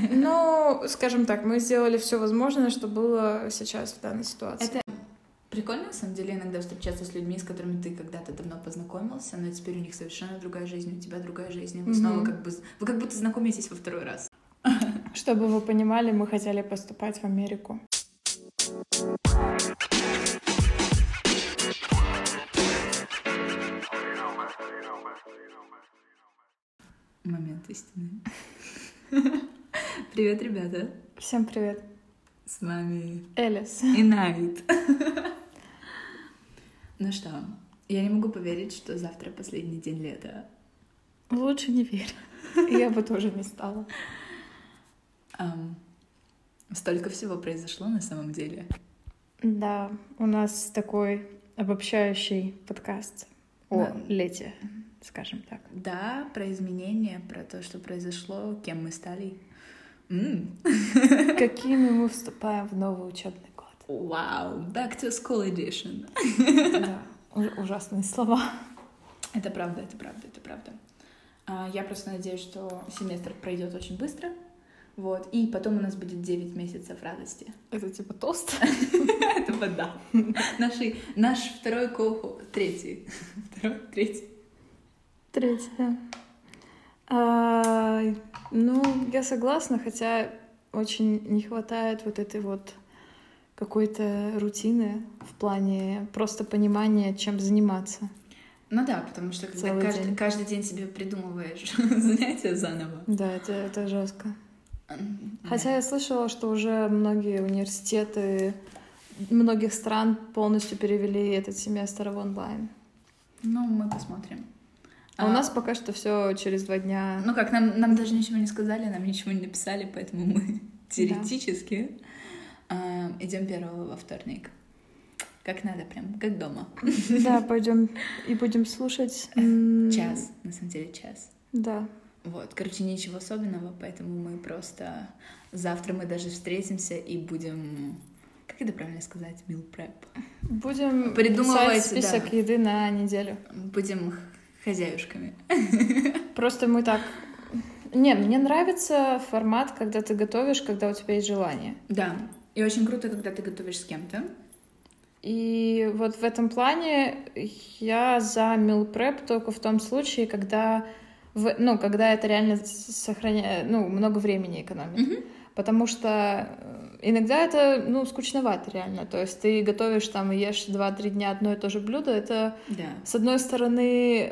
Ну, скажем так, мы сделали все возможное, что было сейчас в данной ситуации. Это прикольно, на самом деле, иногда встречаться с людьми, с которыми ты когда-то давно познакомился, но теперь у них совершенно другая жизнь, у тебя другая жизнь, и вы снова вы как будто знакомитесь во второй раз. Чтобы вы понимали, мы хотели поступать в Америку. Момент истины. Привет, ребята. Всем привет. С вами Элис и Найт. Ну что, я не могу поверить, что завтра последний день лета. Лучше не верь. Я бы тоже не стала. Столько всего произошло на самом деле. Да, у нас такой обобщающий подкаст о лете, скажем так. Да, про изменения, про то, что произошло, кем мы стали. Какими мы вступаем в новый учебный год. Вау, back to school edition. Да, ужасные слова. Это правда, это правда, это правда. Я просто надеюсь, что семестр пройдет очень быстро. Вот, и потом у нас будет 9 месяцев радости. Это типа тост? Это вода. Наш второй кофе, третий. Третий, да. Ну, я согласна, хотя очень не хватает вот этой вот какой-то рутины в плане просто понимания, чем заниматься. Ну да, потому что когда каждый день себе придумываешь занятия заново. Да, это жестко. Хотя я слышала, что уже многие университеты многих стран полностью перевели этот семестр в онлайн. Ну, мы посмотрим. А у нас пока что все через 2 дня. Ну как, нам даже ничего не сказали, нам ничего не написали, поэтому мы теоретически идем 1 во вторник. Как надо, прям, как дома. Да, пойдем и будем слушать. Час, на самом деле, час. Да. Вот, короче, ничего особенного, поэтому мы просто... Завтра мы даже встретимся и будем... Как это правильно сказать? Meal prep. Будем придумывать писать список еды на неделю. Будем хозяюшками. Просто мы так... Не, мне нравится формат, когда ты готовишь, когда у тебя есть желание. Да, и очень круто, когда ты готовишь с кем-то. И вот в этом плане я за meal prep только в том случае, когда... когда это реально сохраняет, много времени экономит. Потому что иногда это, скучновато реально. То есть ты готовишь там и ешь 2-3 дня одно и то же блюдо. Это, с одной стороны,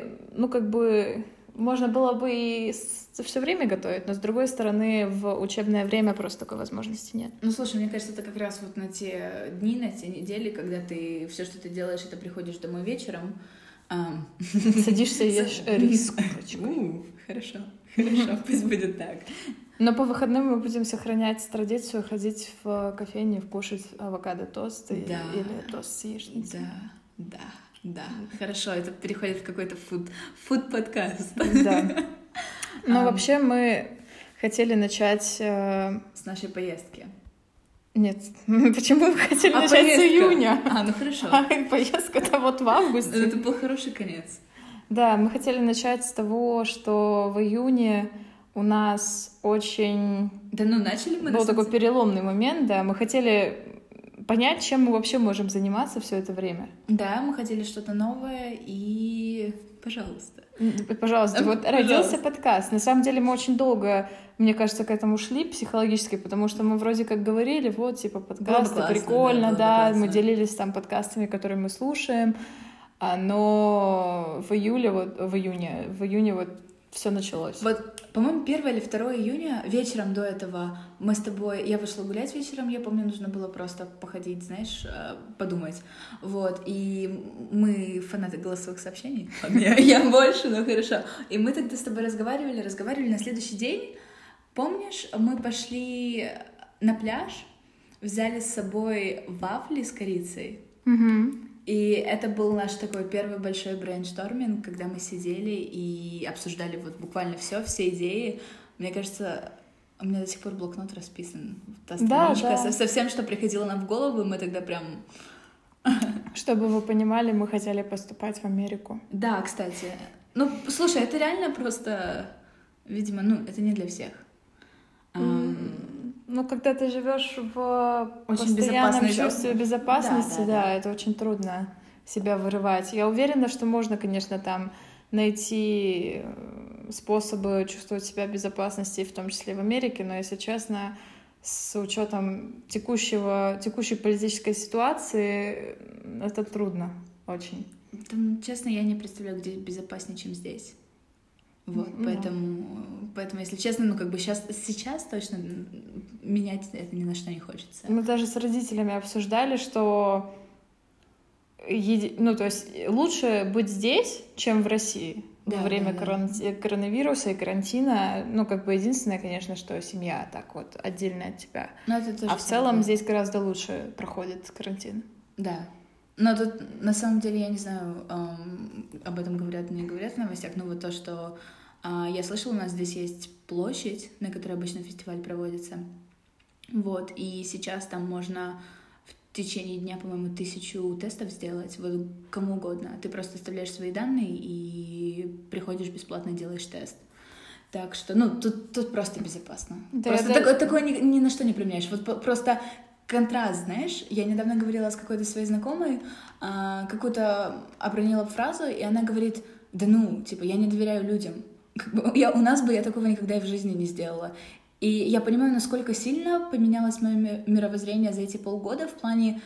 можно было бы и все время готовить, но с другой стороны, в учебное время просто такой возможности нет. Ну, слушай, мне кажется, это как раз вот на те дни, на те недели, когда ты все, что ты делаешь, это приходишь домой вечером, садишься и ешь рис с курочкой. Хорошо, пусть будет так. Но по выходным мы будем сохранять традицию ходить в кофейню, кушать авокадо-тост или тост с яичницей. Да. Хорошо, это переходит в какой-то фуд-подкаст. Да. Но вообще мы хотели начать... С нашей поездки. Нет, почему мы хотели начать с июня? Ну хорошо. Поездка-то вот в августе. Это был хороший конец. Да, мы хотели начать с того, что в июне у нас очень... начали мы... Был такой переломный момент, да. Мы хотели понять, чем мы вообще можем заниматься все это время. Да, мы хотели что-то новое, и... Пожалуйста, вот родился подкаст. На самом деле мы очень долго, мне кажется, к этому шли психологически, потому что мы вроде как говорили, подкасты, прикольно, да, мы делились там подкастами, которые мы слушаем, но в июне вот все началось. Вот, по-моему, 1 или 2 июня вечером до этого мы с тобой... Я вышла гулять вечером, я помню, нужно было просто походить, знаешь, подумать. Вот, и мы фанаты голосовых сообщений. Я больше, но хорошо. И мы тогда с тобой разговаривали на следующий день. Помнишь, мы пошли на пляж, взяли с собой вафли с корицей. И это был наш такой первый большой брейншторминг, когда мы сидели и обсуждали вот буквально все идеи. Мне кажется, у меня до сих пор блокнот расписан. Та страничка со всем, что приходило нам в голову, мы тогда прям... Чтобы вы понимали, мы хотели поступать в Америку. Да, кстати. Слушай, это реально просто... Видимо, это не для всех. Ну, когда ты живешь в Очень постоянном безопасной чувстве зоне. безопасности, Да. это очень трудно себя вырывать. Я уверена, что можно, конечно, там найти способы чувствовать себя в безопасности, в том числе в Америке, но, если честно, с учетом текущей политической ситуации, это трудно очень. Там, честно, я не представляю, где безопаснее, чем здесь. Вот, поэтому, если честно, ну, как бы сейчас точно менять это ни на что не хочется. Мы даже с родителями обсуждали, что ну, то есть лучше быть здесь, чем в России во время коронавируса и карантина. Ну, как бы единственное, конечно, что семья так вот отдельно от тебя. А в целом здесь гораздо лучше проходит карантин. Да. Но тут, на самом деле, я не знаю, об этом говорят, не говорят в новостях, но вот то, что я слышала, у нас здесь есть площадь, на которой обычно фестиваль проводится. Вот, и сейчас там можно в течение дня, по-моему, 1000 тестов сделать, вот кому угодно. Ты просто оставляешь свои данные и приходишь бесплатно, делаешь тест. Так что, ну, тут просто безопасно. Да, просто такое ни на что не применяешь. Вот просто контраст, знаешь. Я недавно говорила с какой-то своей знакомой, какую-то обронила фразу, и она говорит: да ну, типа, я не доверяю людям. У нас бы я такого никогда и в жизни не сделала. И я понимаю, насколько сильно поменялось мое мировоззрение за эти полгода в плане...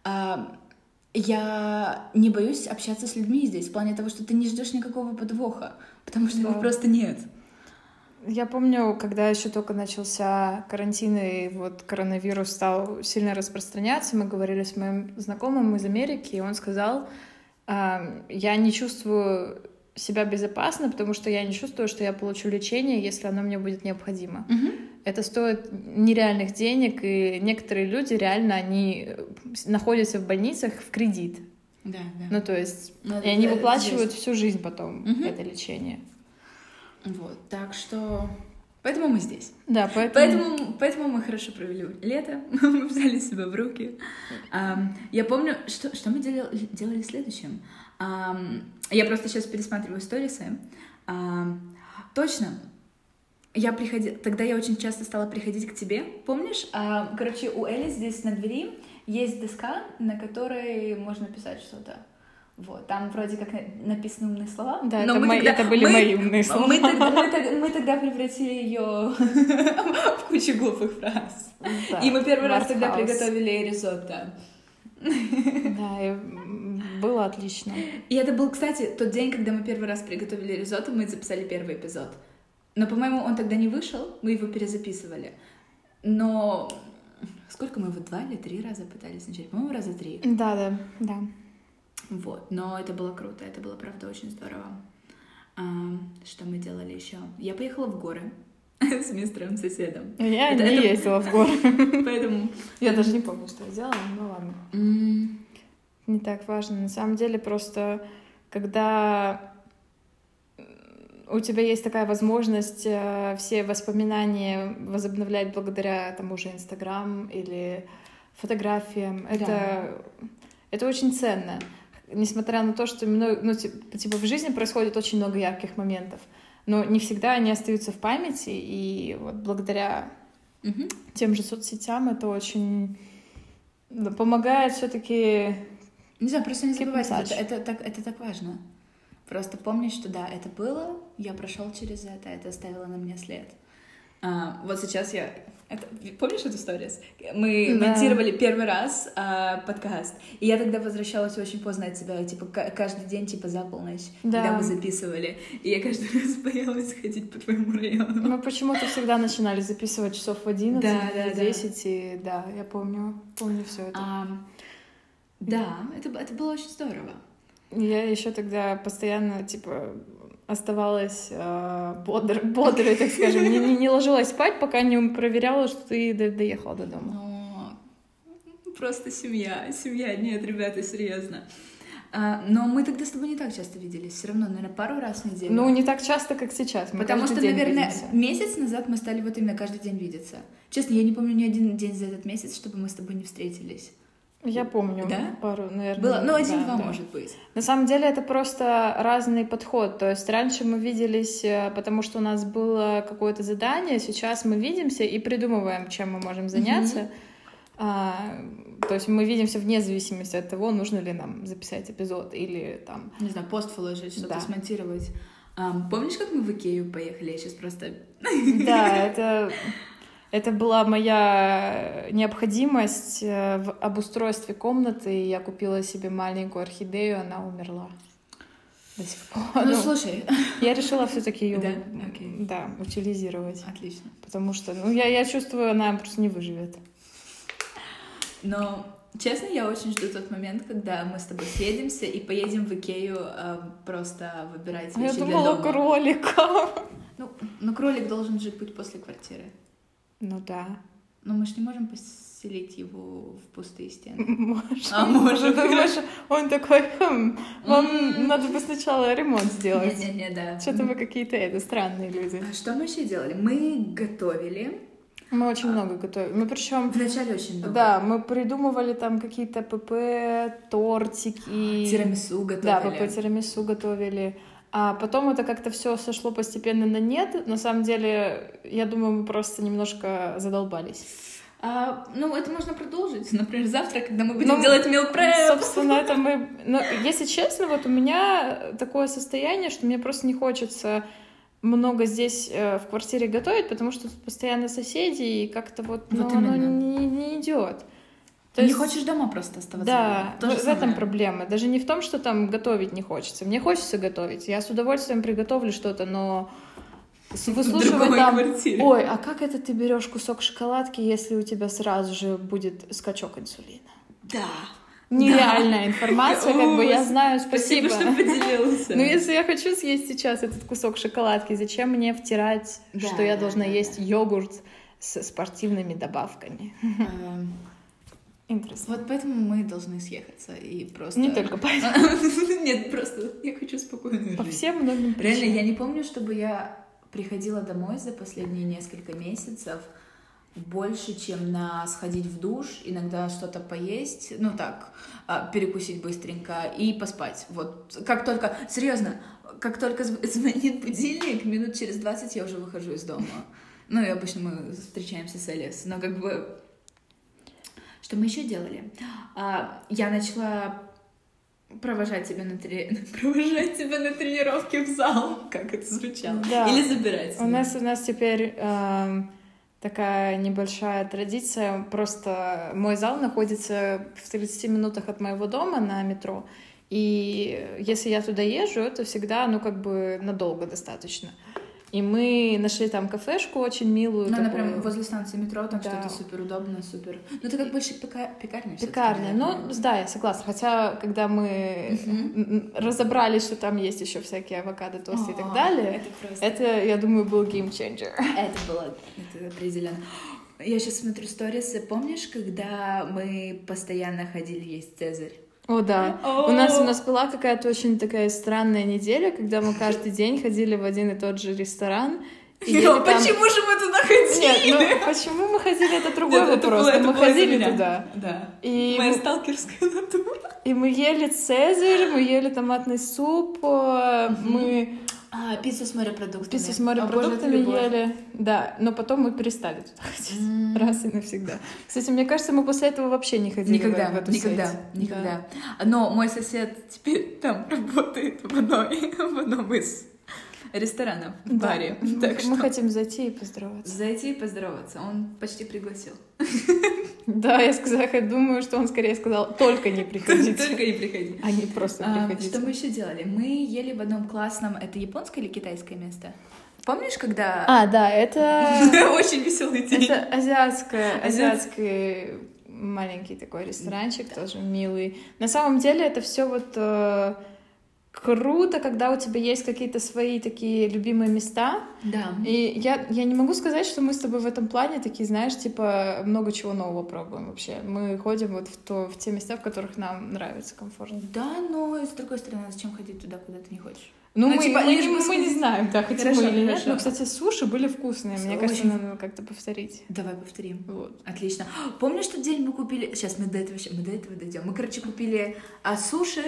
я не боюсь общаться с людьми здесь, в плане того, что ты не ждешь никакого подвоха, потому что его просто нет. Я помню, когда еще только начался карантин, и вот коронавирус стал сильно распространяться, мы говорили с моим знакомым из Америки, и он сказал: я не чувствую себя безопасно, потому что я не чувствую, что я получу лечение, если оно мне будет необходимо. Это стоит нереальных денег, и некоторые люди реально, они находятся в больницах в кредит. Да. Ну, то есть, и они выплачивают всю жизнь потом это лечение. Вот, так что... Поэтому мы здесь. Да, поэтому мы хорошо провели лето, мы взяли себя в руки. Я помню, что мы делали следующим. Я просто сейчас пересматриваю сторисы. Точно. Тогда я очень часто стала приходить к тебе. Помнишь? Короче, у Эли здесь на двери есть доска, на которой можно писать что-то. Вот, там вроде как написаны умные слова. Да, но это были мои умные слова. Мы тогда превратили ее в кучу глупых фраз. Да, и мы первый раз тогда приготовили ризотто. Да, и было отлично. И это был, кстати, тот день, когда мы первый раз приготовили ризотто, мы записали первый эпизод. Но, по-моему, он тогда не вышел, мы его перезаписывали. Но сколько мы его 2 или 3 раза пытались начать? По-моему, раза 3. Да. Вот, но это было круто, это было, правда, очень здорово. Что мы делали еще? Я поехала в горы с мистером соседом. Я не ездила в горы. Поэтому... Я даже не помню, что я делала, ну ладно. Не так важно. На самом деле, просто когда у тебя есть такая возможность все воспоминания возобновлять благодаря тому же Инстаграм или фотографиям, это очень ценно. Несмотря на то, что в жизни происходит очень много ярких моментов, но не всегда они остаются в памяти, и вот благодаря тем же соцсетям это очень помогает все-таки. Не знаю, просто не забывать, это так важно. Просто помнить, что да, это было, я прошел через это оставило на мне след. Вот сейчас помнишь эту историю? Мы монтировали первый раз подкаст, и я тогда возвращалась очень поздно от тебя, типа каждый день, типа за полночь, когда мы записывали, и я каждый раз боялась ходить по твоему району. Мы почему-то всегда начинали записывать часов в 11, в 10, и я помню все это. Да, это было очень здорово. Я еще тогда постоянно, оставалась бодрой, так скажем, не ложилась спать, пока не проверяла, что ты доехала до дома. Просто семья, нет, ребята, серьезно. Но мы тогда с тобой не так часто виделись, все равно, наверное, пару раз в неделю. Ну, не так часто, как сейчас. Потому что, наверное, месяц назад мы стали вот именно каждый день видеться. Честно, я не помню ни один день за этот месяц, чтобы мы с тобой не встретились. Я помню Да? пару, наверное. Было, ну, да, 1-2 да. может быть. На самом деле это просто разный подход. То есть раньше мы виделись, потому что у нас было какое-то задание, сейчас мы видимся и придумываем, чем мы можем заняться. То есть мы видимся вне зависимости от того, нужно ли нам записать эпизод или там... Не знаю, пост выложить, что-то Да. смонтировать. Помнишь, как мы в Икею поехали? Я сейчас просто... Да, это была моя необходимость в обустройстве комнаты. И я купила себе маленькую орхидею, она умерла до сих пор. Ну, слушай. Я решила все-таки ее Да? Окей. да, утилизировать. Отлично. Потому что, ну, я чувствую, она просто не выживет. Но, честно, я очень жду тот момент, когда мы с тобой съедемся и поедем в Икею просто выбирать А вещи я для думала, дома. кролика. Ну, кролик должен жить быть после квартиры. Ну да. Но мы же не можем поселить его в пустые стены. Может. А может, Думаешь, он такой, вам надо бы сначала ремонт сделать. Не-не-не, да. Что-то вы какие-то странные люди. А что мы еще делали? Мы готовили. Мы очень много готовим. Мы причем... Вначале очень много. Да, мы придумывали там какие-то ПП, тортики. Тирамису готовили. Да, ПП тирамису готовили. А потом это как-то все сошло постепенно на нет. На самом деле, я думаю, мы просто немножко задолбались. Ну, это можно продолжить. Например, завтра, когда мы будем делать meal prep. Собственно, это мы... Но, если честно, вот у меня такое состояние, что мне просто не хочется много здесь в квартире готовить, потому что тут постоянно соседи, и как-то вот, Вот оно именно. не идет. Не хочешь дома просто оставаться? Да, То же в самое. этом проблема. Даже не в том, что там готовить не хочется. Мне хочется готовить. Я с удовольствием приготовлю что-то, но выслушивать там... квартире. Ой, а как это ты берешь кусок шоколадки, если у тебя сразу же будет скачок инсулина? Да. Нереальная информация, как бы я знаю, спасибо. Спасибо, что поделился. Но если я хочу съесть сейчас этот кусок шоколадки, зачем мне втирать, что я должна есть йогурт с спортивными добавками? Интересно. Вот поэтому мы должны съехаться и просто... Не только поэтому. Нет, просто я хочу спокойно По жить. всем многим Реально, причинам. я не помню, чтобы я приходила домой за последние несколько месяцев больше, чем на сходить в душ, иногда что-то поесть, ну так, перекусить быстренько и поспать. Вот, как только, серьезно, как только звонит будильник, минут через 20 я уже выхожу из дома. Ну и обычно мы встречаемся с Элис, но как бы... Что мы еще делали? Я начала провожать тебя на тренировки в зал, как это звучало, Да. или забирать. У нас теперь такая небольшая традиция. Просто мой зал находится в 30 минутах от моего дома на метро. И если я туда езжу, это всегда, ну, как бы надолго достаточно. И мы нашли там кафешку очень милую. Ну, такую. например, возле станции метро, там Да. что-то супер удобно, супер. Ну, это как больше пекарня. Пекарня. Ну, да, я согласна. Хотя, когда мы разобрались, что там есть еще всякие авокадо, тосты и так далее, это, я думаю, был геймченджер. Это было, это определенно. Я сейчас смотрю сторисы. Помнишь, когда мы постоянно ходили есть Цезарь? О, да. У нас была какая-то очень такая странная неделя, когда мы каждый день ходили в один и тот же ресторан. Но почему же мы туда ходили? Нет, ну почему мы ходили, это другой Нет, вопрос. это Мы было ходили из-за меня. туда. Да. И Моя сталкерская натура. И мы ели цезарь, мы ели томатный суп, мы Пиццу с морепродуктами. пиццу с морепродуктами ели. Да, но потом мы перестали туда ходить. Раз и навсегда. Кстати, мне кажется, мы после этого вообще не ходили в эту сеть. Никогда. Но мой сосед теперь там работает в одном из ресторанов, в баре. Так что Мы хотим зайти и поздороваться. зайти и поздороваться. Он почти пригласил. Да, я думаю, что он скорее сказал, только не приходите. Только не приходи. А не просто приходите. Что мы еще делали? Мы ели в одном классном... Это японское или китайское место? Помнишь, когда... Да, это... Очень веселый день. Это азиатский маленький такой ресторанчик, тоже милый. На самом деле это все вот круто, когда у тебя есть какие-то свои такие любимые места. Да. И я не могу сказать, что мы с тобой в этом плане такие, знаешь, типа много чего нового пробуем вообще. Мы ходим вот в те места, в которых нам нравится, комфортно. Да, но с другой стороны, зачем ходить туда, куда ты не хочешь? Ну, Ну, мы, типа, мы, лишь бы мы сказать. не знаем, да, хотим Хорошо, мы или нет. хорошо. Но, кстати, суши были вкусные. Мне Всё кажется, очень- надо как-то повторить. Давай повторим. Вот. Отлично. Помнишь тот день мы купили... Сейчас мы до этого дойдем. Мы, короче, купили суши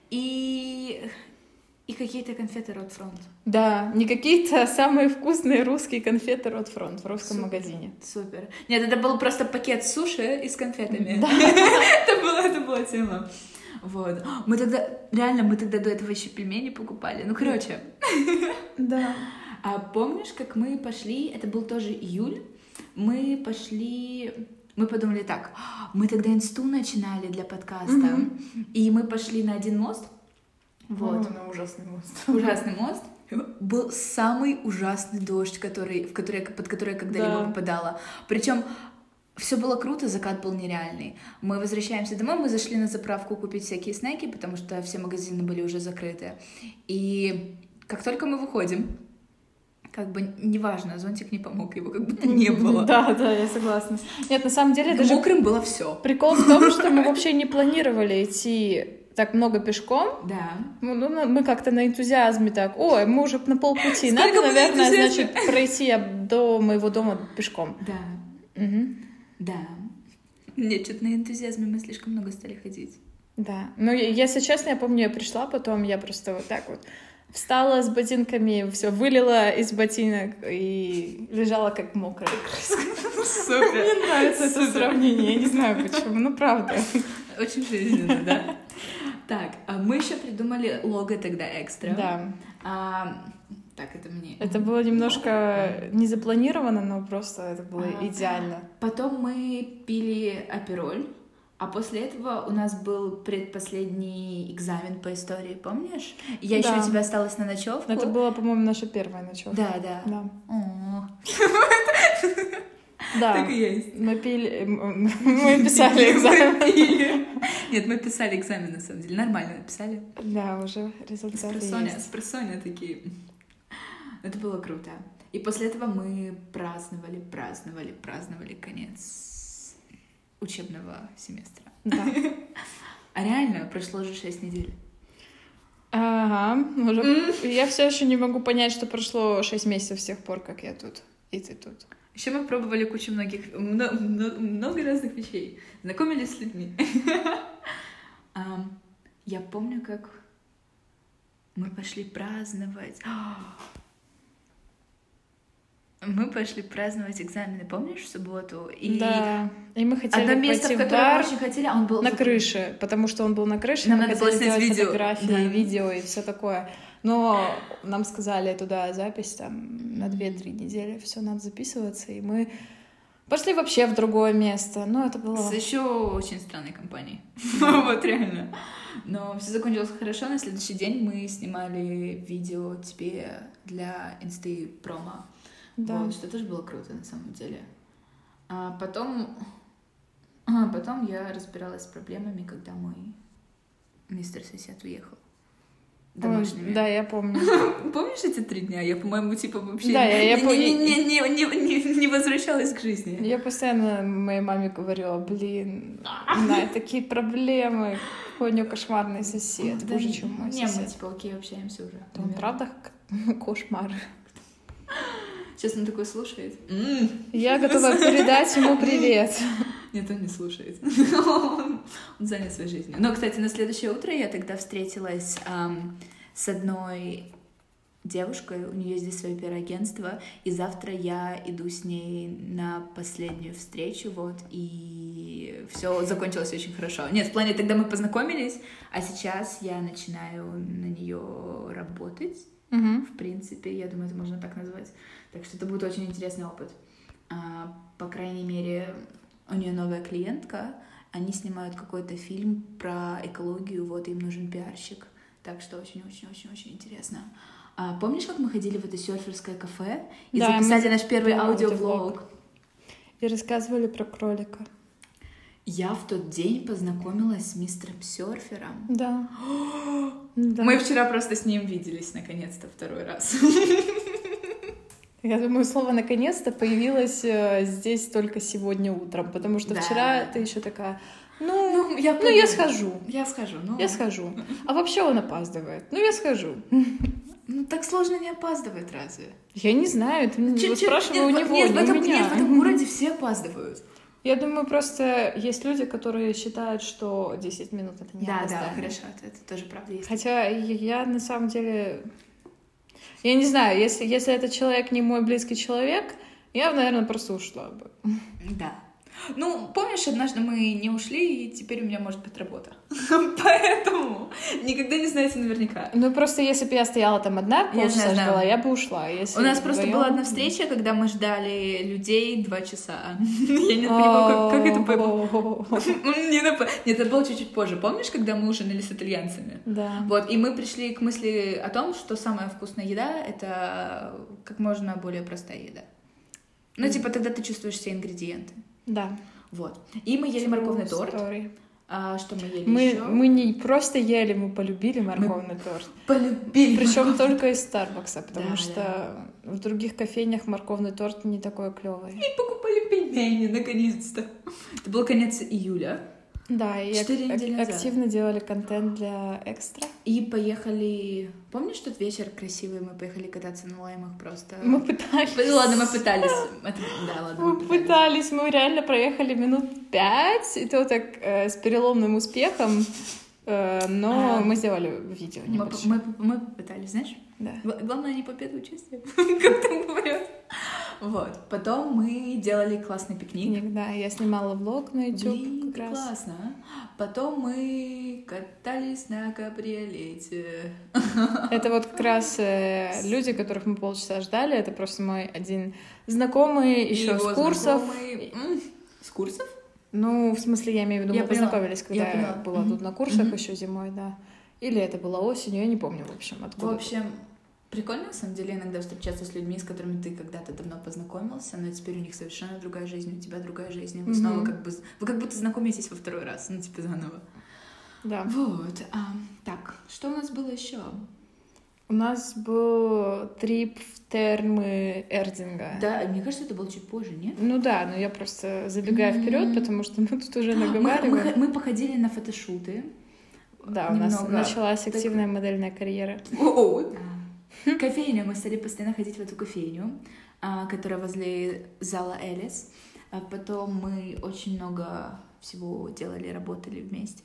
и какие-то конфеты Ротфронт. Да, не какие-то самые вкусные русские конфеты Ротфронт в русском Супер. магазине. Супер. Нет, это был просто пакет суши и с конфетами. Да. Это была тема. Вот. Мы тогда до этого еще пельмени покупали. Ну, короче. Да. А помнишь, как мы пошли, это был тоже июль, мы подумали так, мы тогда инсту начинали для подкаста, и мы пошли на один мост, вот, На ужасный мост. ужасный мост, был самый ужасный дождь, под который я когда-либо попадала, причем все было круто, закат был нереальный. Мы возвращаемся домой, мы зашли на заправку купить всякие снеки, потому что все магазины были уже закрыты, и как только мы выходим, как бы неважно, зонтик не помог, его как будто не было. Да, я согласна. Нет, на самом деле даже Мокрым было все. прикол в том, что мы вообще не планировали идти так много пешком. Да. Ну, мы как-то на энтузиазме так, ой, мы уже на полпути, Сколько надо, мы на наверное, энтузиазме? значит, пройти до моего дома пешком. Да. Мгм. Да. Нет, что-то на энтузиазме мы слишком много стали ходить. Да. Ну, если честно, я помню, я пришла потом, я просто вот так вот встала с ботинками, все вылила из ботинок и лежала как мокрая крыска. Супер. Мне нравится это сравнение, я не знаю почему, ну правда. Очень жизненно, да? Так, а мы еще придумали лого тогда экстра. Да. Так, это мне. Это было немножко не запланировано, но просто это было идеально. Потом мы пили апероль, а после этого у нас был предпоследний экзамен по истории, помнишь? Я еще у тебя осталась на ночевку. Это была, по-моему, наша первая ночевка. Да. Да. О, Да. так и есть. Мы писали экзамен. Нет, мы писали экзамен, на самом деле. Нормально написали. Да, уже результаты есть. Спросоня такие. Это было круто. И после этого мы праздновали конец учебного семестра. Да. А реально, прошло уже 6 недель. Ага. Я все еще не могу понять, что прошло 6 месяцев с тех пор, как я тут, и ты тут. Еще мы пробовали кучу много разных вещей. Знакомились с людьми. Я помню, как мы пошли праздновать. Мы пошли праздновать экзамены, помнишь, в субботу? Да. И мы хотели одно место, пойти в в которое бар мы очень хотели, а он был на крыше, потому что он был на крыше, Нам мы надо было хотели снять сделать видео. фотографии, Да. видео и все такое. Но нам сказали туда запись там на 2-3 недели, все надо записываться, и мы пошли вообще в другое место. Но это было... С еще очень странной компанией. Вот реально. Но все закончилось хорошо. На следующий день мы снимали видео тебе для инсты промо. Да. Вот, что тоже было круто на самом деле. А потом я разбиралась с проблемами, когда мой мистер сосед уехал. Домашними. Да, я помню. Помнишь эти 3 дня? Я, по-моему, типа вообще Да, я не возвращалась к жизни. Я постоянно моей маме говорила, блин, да, такие проблемы, какой у нее кошмарный сосед, Да, хуже, чем мой не, мы сосед. типа окей, общаемся уже. Он правда кошмар. Сейчас он такой слушает. Я готова передать ему привет. Нет, он не слушает. Он занят своей жизнью. Но, кстати, на следующее утро я тогда встретилась с одной девушкой, у нее здесь свое пиар-агентство, и завтра я иду с ней на последнюю встречу, вот, и все закончилось очень хорошо. Нет, в плане тогда мы познакомились, а сейчас я начинаю на нее работать. В принципе, я думаю, это можно так назвать. Так что это будет очень интересный опыт. По крайней мере, у нее новая клиентка, они снимают какой-то фильм про экологию, вот, им нужен пиарщик. Так что очень-очень-очень-очень интересно. Помнишь, как мы ходили в это серферское кафе и записали наш первый аудиовлог? И рассказывали про кролика. Я в тот день познакомилась с мистером Серфером. Да. Мы вчера просто с ним виделись, наконец-то, второй раз. Я думаю, слово «наконец-то» появилось здесь только сегодня утром, потому что вчера ты еще такая... я схожу. Я схожу. А вообще он опаздывает. Я схожу. Ну, так сложно не опаздывать, разве? Я не знаю, ты спрашивай у него, нет, не у меня. Нет, в этом городе все опаздывают. Я думаю, просто есть люди, которые считают, что 10 минут — это не опоздание. Да, хорошо, это тоже правда есть. Хотя я на самом деле... Я не знаю, если этот человек не мой близкий человек, я, наверное, просто ушла бы. Да. Ну, помнишь, однажды мы не ушли, и теперь у меня может быть работа. Поэтому никогда не знаете наверняка. Ну, просто если бы я стояла там одна, полчаса ждала, я бы ушла. У нас просто была одна встреча, когда мы ждали людей 2 часа. Я не понимаю, как это было. Нет, это было чуть-чуть позже. Помнишь, когда мы ужинали с итальянцами? Да. Вот, и мы пришли к мысли о том, что самая вкусная еда — это как можно более простая еда. Ну, типа, тогда ты чувствуешь все ингредиенты. Да. Вот. И мы ели морковный торт. Что мы ели еще? Мы не просто ели, мы полюбили морковный торт. Полюбили. Причем только из Старбакса, потому что в других кофейнях морковный торт не такой клевый. И покупали пельмени, наконец-то. Это был конец июля. Да, и активно делали контент для Экстра. И поехали... Помнишь тот вечер красивый? Мы поехали кататься на лаймах просто. Мы пытались. Ладно, мы пытались. Да, ладно. Мы пытались. Мы реально проехали минут 5, и то так с переломным успехом. Но мы сделали видео небольшое. Мы попытались, знаешь? Да. Главное, не победа, участие. Как там говорят. Вот. Потом мы делали классный пикник. Да, я снимала влог на YouTube. Блин, как классно. Потом мы катались на кабриолете. Это вот как раз люди, которых мы полчаса ждали. Это просто мой один знакомый еще с курсов. С курсов? Ну, в смысле, я имею в виду, мы познакомились, когда я была тут на курсах еще зимой, да. Или это было осенью, я не помню, в общем, откуда. В общем, прикольно, на самом деле, иногда встречаться с людьми, с которыми ты когда-то давно познакомился, но теперь у них совершенно другая жизнь, у тебя другая жизнь, и вы снова вы как будто знакомитесь во второй раз, ну, типа, заново. Да. Вот. Так, что у нас было еще? У нас был трип в термы Эрдинга. Да, мне кажется, это было чуть позже, нет? Ну да, но я просто забегаю вперед, потому что мы тут уже наговариваем. Мы походили на фотошуты. Да, у нас началась активная модельная карьера. Кофейня, мы стали постоянно ходить в эту кофейню, которая возле зала Элис. А потом мы очень много всего делали, работали вместе.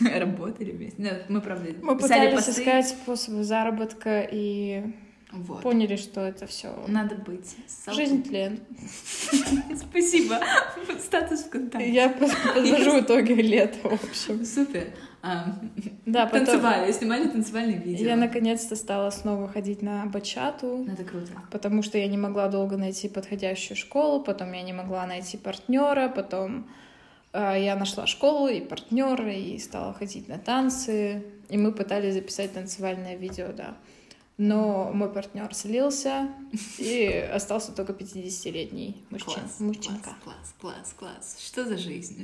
Мы, правда, мы пытались искать способы заработка и поняли, что это все надо быть. Жизнь тлен. Спасибо. Статус ВКонтакте. Я подвожу итоги лета, в общем. Супер. Да, танцевали, снимали танцевальные видео. Я наконец-то стала снова ходить на бачату. Это круто. Потому что я не могла долго найти подходящую школу, потом я не могла найти партнера, потом я нашла школу и партнера и стала ходить на танцы. И мы пытались записать танцевальное видео, да. Но мой партнер слился, и остался только 50-летний мужчинка. Класс. Что за жизнь?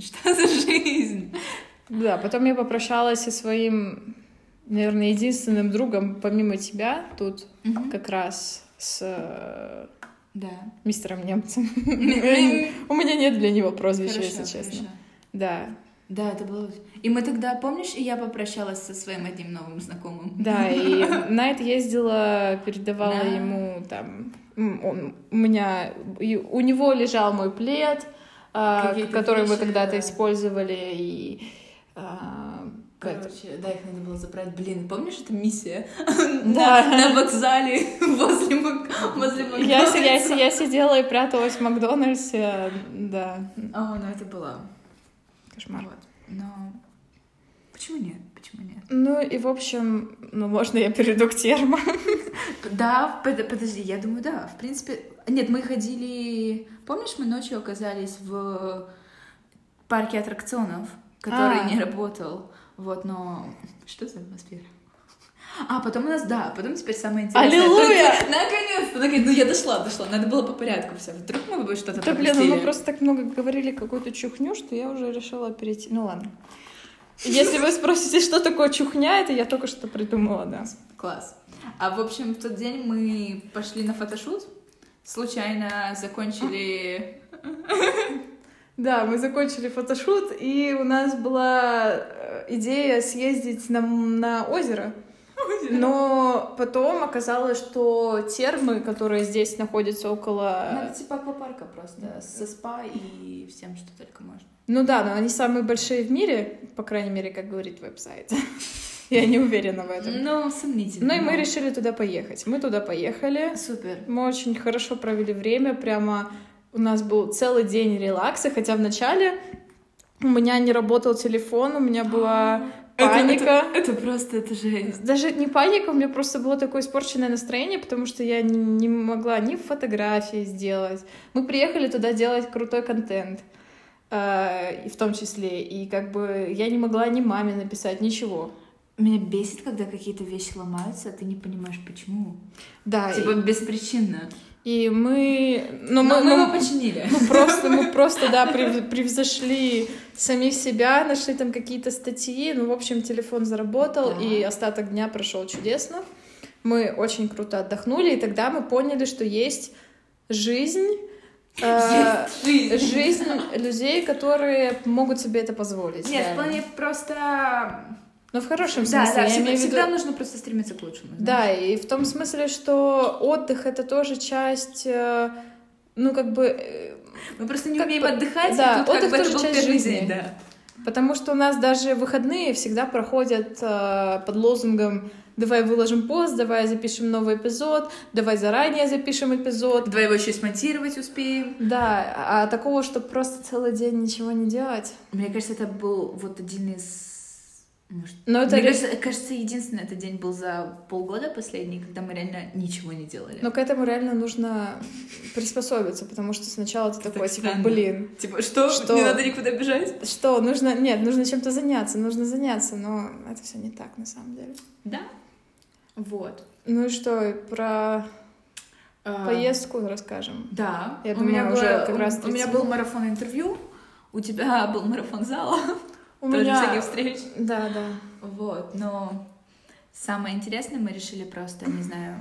Да, потом я попрощалась со своим, наверное, единственным другом, помимо тебя, тут как раз с мистером немцем. У меня нет для него прозвища, если честно. Да. Да, это было... И мы тогда, помнишь, я попрощалась со своим одним новым знакомым? Да, и Найт ездила, передавала ему там... У него лежал мой плед, который мы когда-то использовали, и... Короче, да, их надо было забрать. Блин, помнишь, это миссия? Да. На вокзале возле Макдональдса. Я сидела и пряталась в Макдональдсе, да. О, ну это было... Кошмар. Вот. Но почему нет? Ну и в общем, можно я перейду к термам? Да, подожди, я думаю, да. В принципе, нет, мы ходили... Помнишь, мы ночью оказались в парке аттракционов, который не работал. Вот, но... Что за атмосфера? Потом у нас, потом теперь самое интересное. Аллилуйя! Наконец-то, я дошла. Надо было по порядку все. Вдруг мы бы что-то пропустили. Да, блин, мы просто так много говорили какую-то чухню, что я уже решила перейти. Ну ладно. Если вы спросите, что такое чухня, это я только что придумала, да. Класс. В общем, в тот день мы пошли на фотошут, случайно закончили... Да, мы закончили фотошут, и у нас была идея съездить на озеро. Но потом оказалось, что термы, которые здесь находятся около... Ну, это типа аквапарка просто, со спа и всем, что только можно. Ну да, но они самые большие в мире, по крайней мере, как говорит веб-сайт. Я не уверена в этом. Ну, сомнительно. Ну и мы решили туда поехать. Мы туда поехали. Супер. Мы очень хорошо провели время, прямо у нас был целый день релакса, хотя вначале у меня не работал телефон, у меня была... Паника. Это просто, это жесть. Даже не паника, у меня просто было такое испорченное настроение, потому что я не могла ни фотографии сделать. Мы приехали туда делать крутой контент, в том числе, и как бы я не могла ни маме написать, ничего. Меня бесит, когда какие-то вещи ломаются, а ты не понимаешь, почему. Да. Типа беспричинно. И мы... Но мы его починили. Мы просто, да, превзошли самих себя, нашли там какие-то статьи. Ну, в общем, телефон заработал, и остаток дня прошел чудесно. Мы очень круто отдохнули, и тогда мы поняли, что есть жизнь людей, которые могут себе это позволить. Нет, вполне просто... Ну, в хорошем смысле. Да, всегда нужно просто стремиться к лучшему. Знаешь? Да, и в том смысле, что отдых — это тоже часть, ну, как бы... Мы просто не умеем отдыхать, да, и тут отдых как бы тоже это был часть первый жизни. день, да. Потому что у нас даже выходные всегда проходят под лозунгом «давай выложим пост», «давай запишем новый эпизод», «давай заранее запишем эпизод». «Давай его еще и смонтировать успеем». Да, а такого, чтобы просто целый день ничего не делать. Мне кажется, это был вот один из... Но это Мне кажется, единственный этот день был за полгода последний, когда мы реально ничего не делали. Но к этому реально нужно приспособиться, потому что сначала ты такой, типа, блин. Типа, что? Не надо никуда бежать? Что? Нужно чем-то заняться, но это все не так на самом деле. Да? Вот. Ну и что, про поездку расскажем? Да. Я думаю, уже как раз у меня был марафон интервью, у тебя был марафон зала. Тоже всяких встреч. Да. Вот, но самое интересное мы решили просто, не знаю...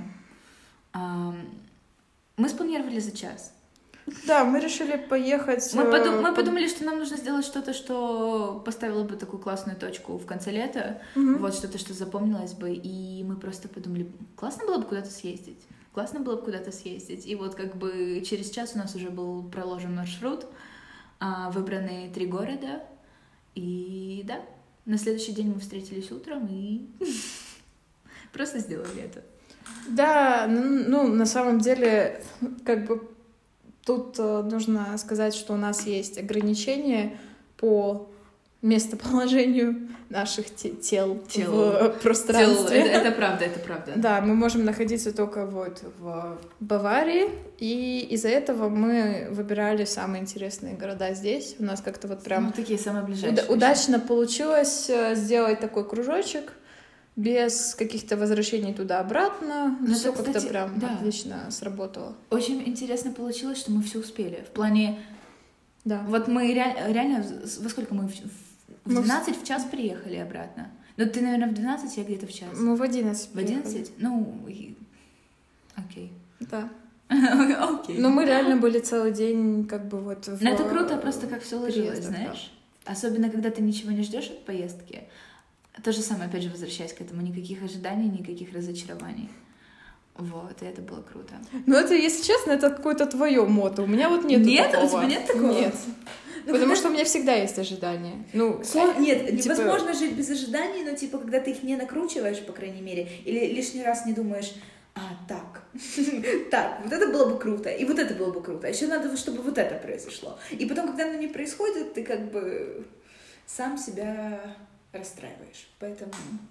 Мы спланировали за час. Да, мы решили поехать... Мы подумали, что нам нужно сделать что-то, что поставило бы такую классную точку в конце лета. Вот что-то, что запомнилось бы. И мы просто подумали, классно было бы куда-то съездить. И вот как бы через час у нас уже был проложен маршрут, выбраны 3 города. И да, на следующий день мы встретились утром и просто сделали это. Да, ну, на самом деле, как бы тут нужно сказать, что у нас есть ограничения по местоположению наших тел в пространстве. Это правда. Да, мы можем находиться только вот в Баварии, и из-за этого мы выбирали самые интересные города здесь. У нас как-то вот прям... такие самые ближайшие. Удачно получилось сделать такой кружочек без каких-то возвращений туда-обратно. Все как-то прям отлично сработало. Очень интересно получилось, что мы все успели. В плане... Да. Вот мы реально... Во сколько мы... В 12 в час приехали обратно. Ну, ты, наверное, в 12, я где-то в час. Мы в 11 В 11? Ну, окей. Да. Окей. Но мы реально были целый день как бы вот в... Но это круто просто, как все ложилось, знаешь? Особенно, когда ты ничего не ждешь от поездки. То же самое, опять же, возвращаясь к этому. Никаких ожиданий, никаких разочарований. Вот, и это было круто. Ну, это, если честно, это какое-то твое мото. У меня вот нет такого. Нет? У тебя нет такого? Нет. Потому что у меня всегда есть ожидания. Нет, невозможно жить без ожиданий, но, типа, когда ты их не накручиваешь, по крайней мере, или лишний раз не думаешь, так, вот это было бы круто, и вот это было бы круто, а еще надо, чтобы вот это произошло. И потом, когда оно не происходит, ты как бы сам себя расстраиваешь. Поэтому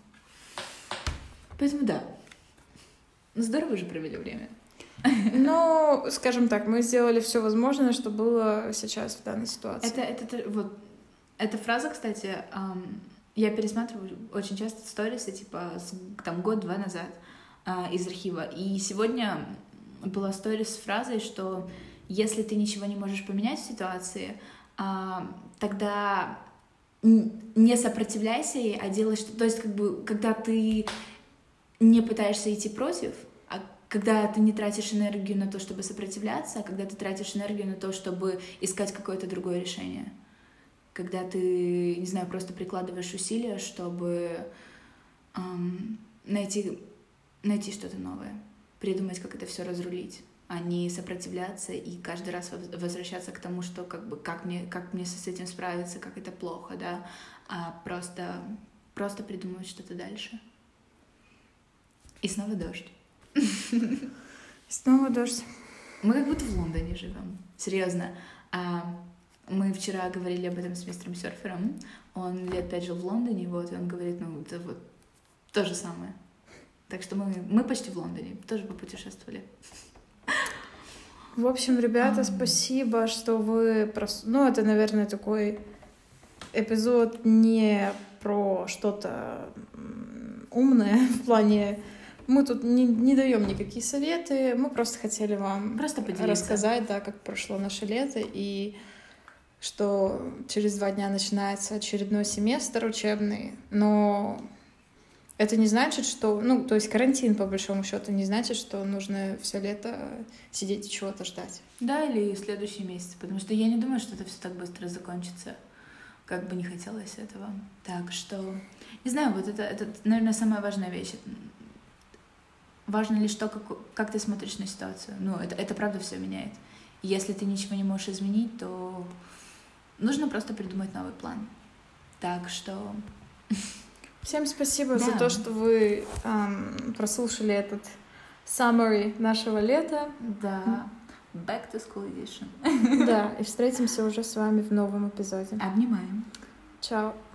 да. Здорово же провели время. Ну, скажем так, мы сделали все возможное, что было сейчас в данной ситуации. Эта фраза, кстати, я пересматриваю очень часто сторисы, типа, там, год-два назад из архива. И сегодня была сторис с фразой, что если ты ничего не можешь поменять в ситуации, тогда не сопротивляйся ей, а делай что-то. То есть, как бы, когда ты не пытаешься идти против, а когда ты не тратишь энергию на то, чтобы сопротивляться, а когда ты тратишь энергию на то, чтобы искать какое-то другое решение. Когда ты, не знаю, просто прикладываешь усилия, чтобы найти что-то новое, придумать, как это все разрулить, а не сопротивляться и каждый раз возвращаться к тому, что как мне с этим справиться, как это плохо, да, а просто придумывать что-то дальше. И снова дождь. Снова дождь. Мы как будто в Лондоне живем. Серьезно. Мы вчера говорили об этом с мистером Серфером. Он лет 5 жил в Лондоне, вот, и он говорит, это вот то же самое. Так что мы почти в Лондоне, тоже попутешествовали. В общем, ребята, спасибо, что вы... это, наверное, такой эпизод не про что-то умное в плане... Мы тут не даем никакие советы, мы просто хотели вам рассказать, да, как прошло наше лето, и что через 2 дня начинается очередной семестр учебный, но это не значит, что... то есть карантин, по большому счету, не значит, что нужно все лето сидеть и чего-то ждать. Да, или следующий месяц, потому что я не думаю, что это все так быстро закончится, как бы не хотелось этого. Так что, не знаю, вот это наверное, самая важная вещь. Важно лишь то, как ты смотришь на ситуацию. Это правда все меняет. И если ты ничего не можешь изменить, то нужно просто придумать новый план. Так что... Всем спасибо за то, что вы прослушали этот summary нашего лета. Да. Back to School Edition. Да, и встретимся уже с вами в новом эпизоде. Обнимаем. Чао.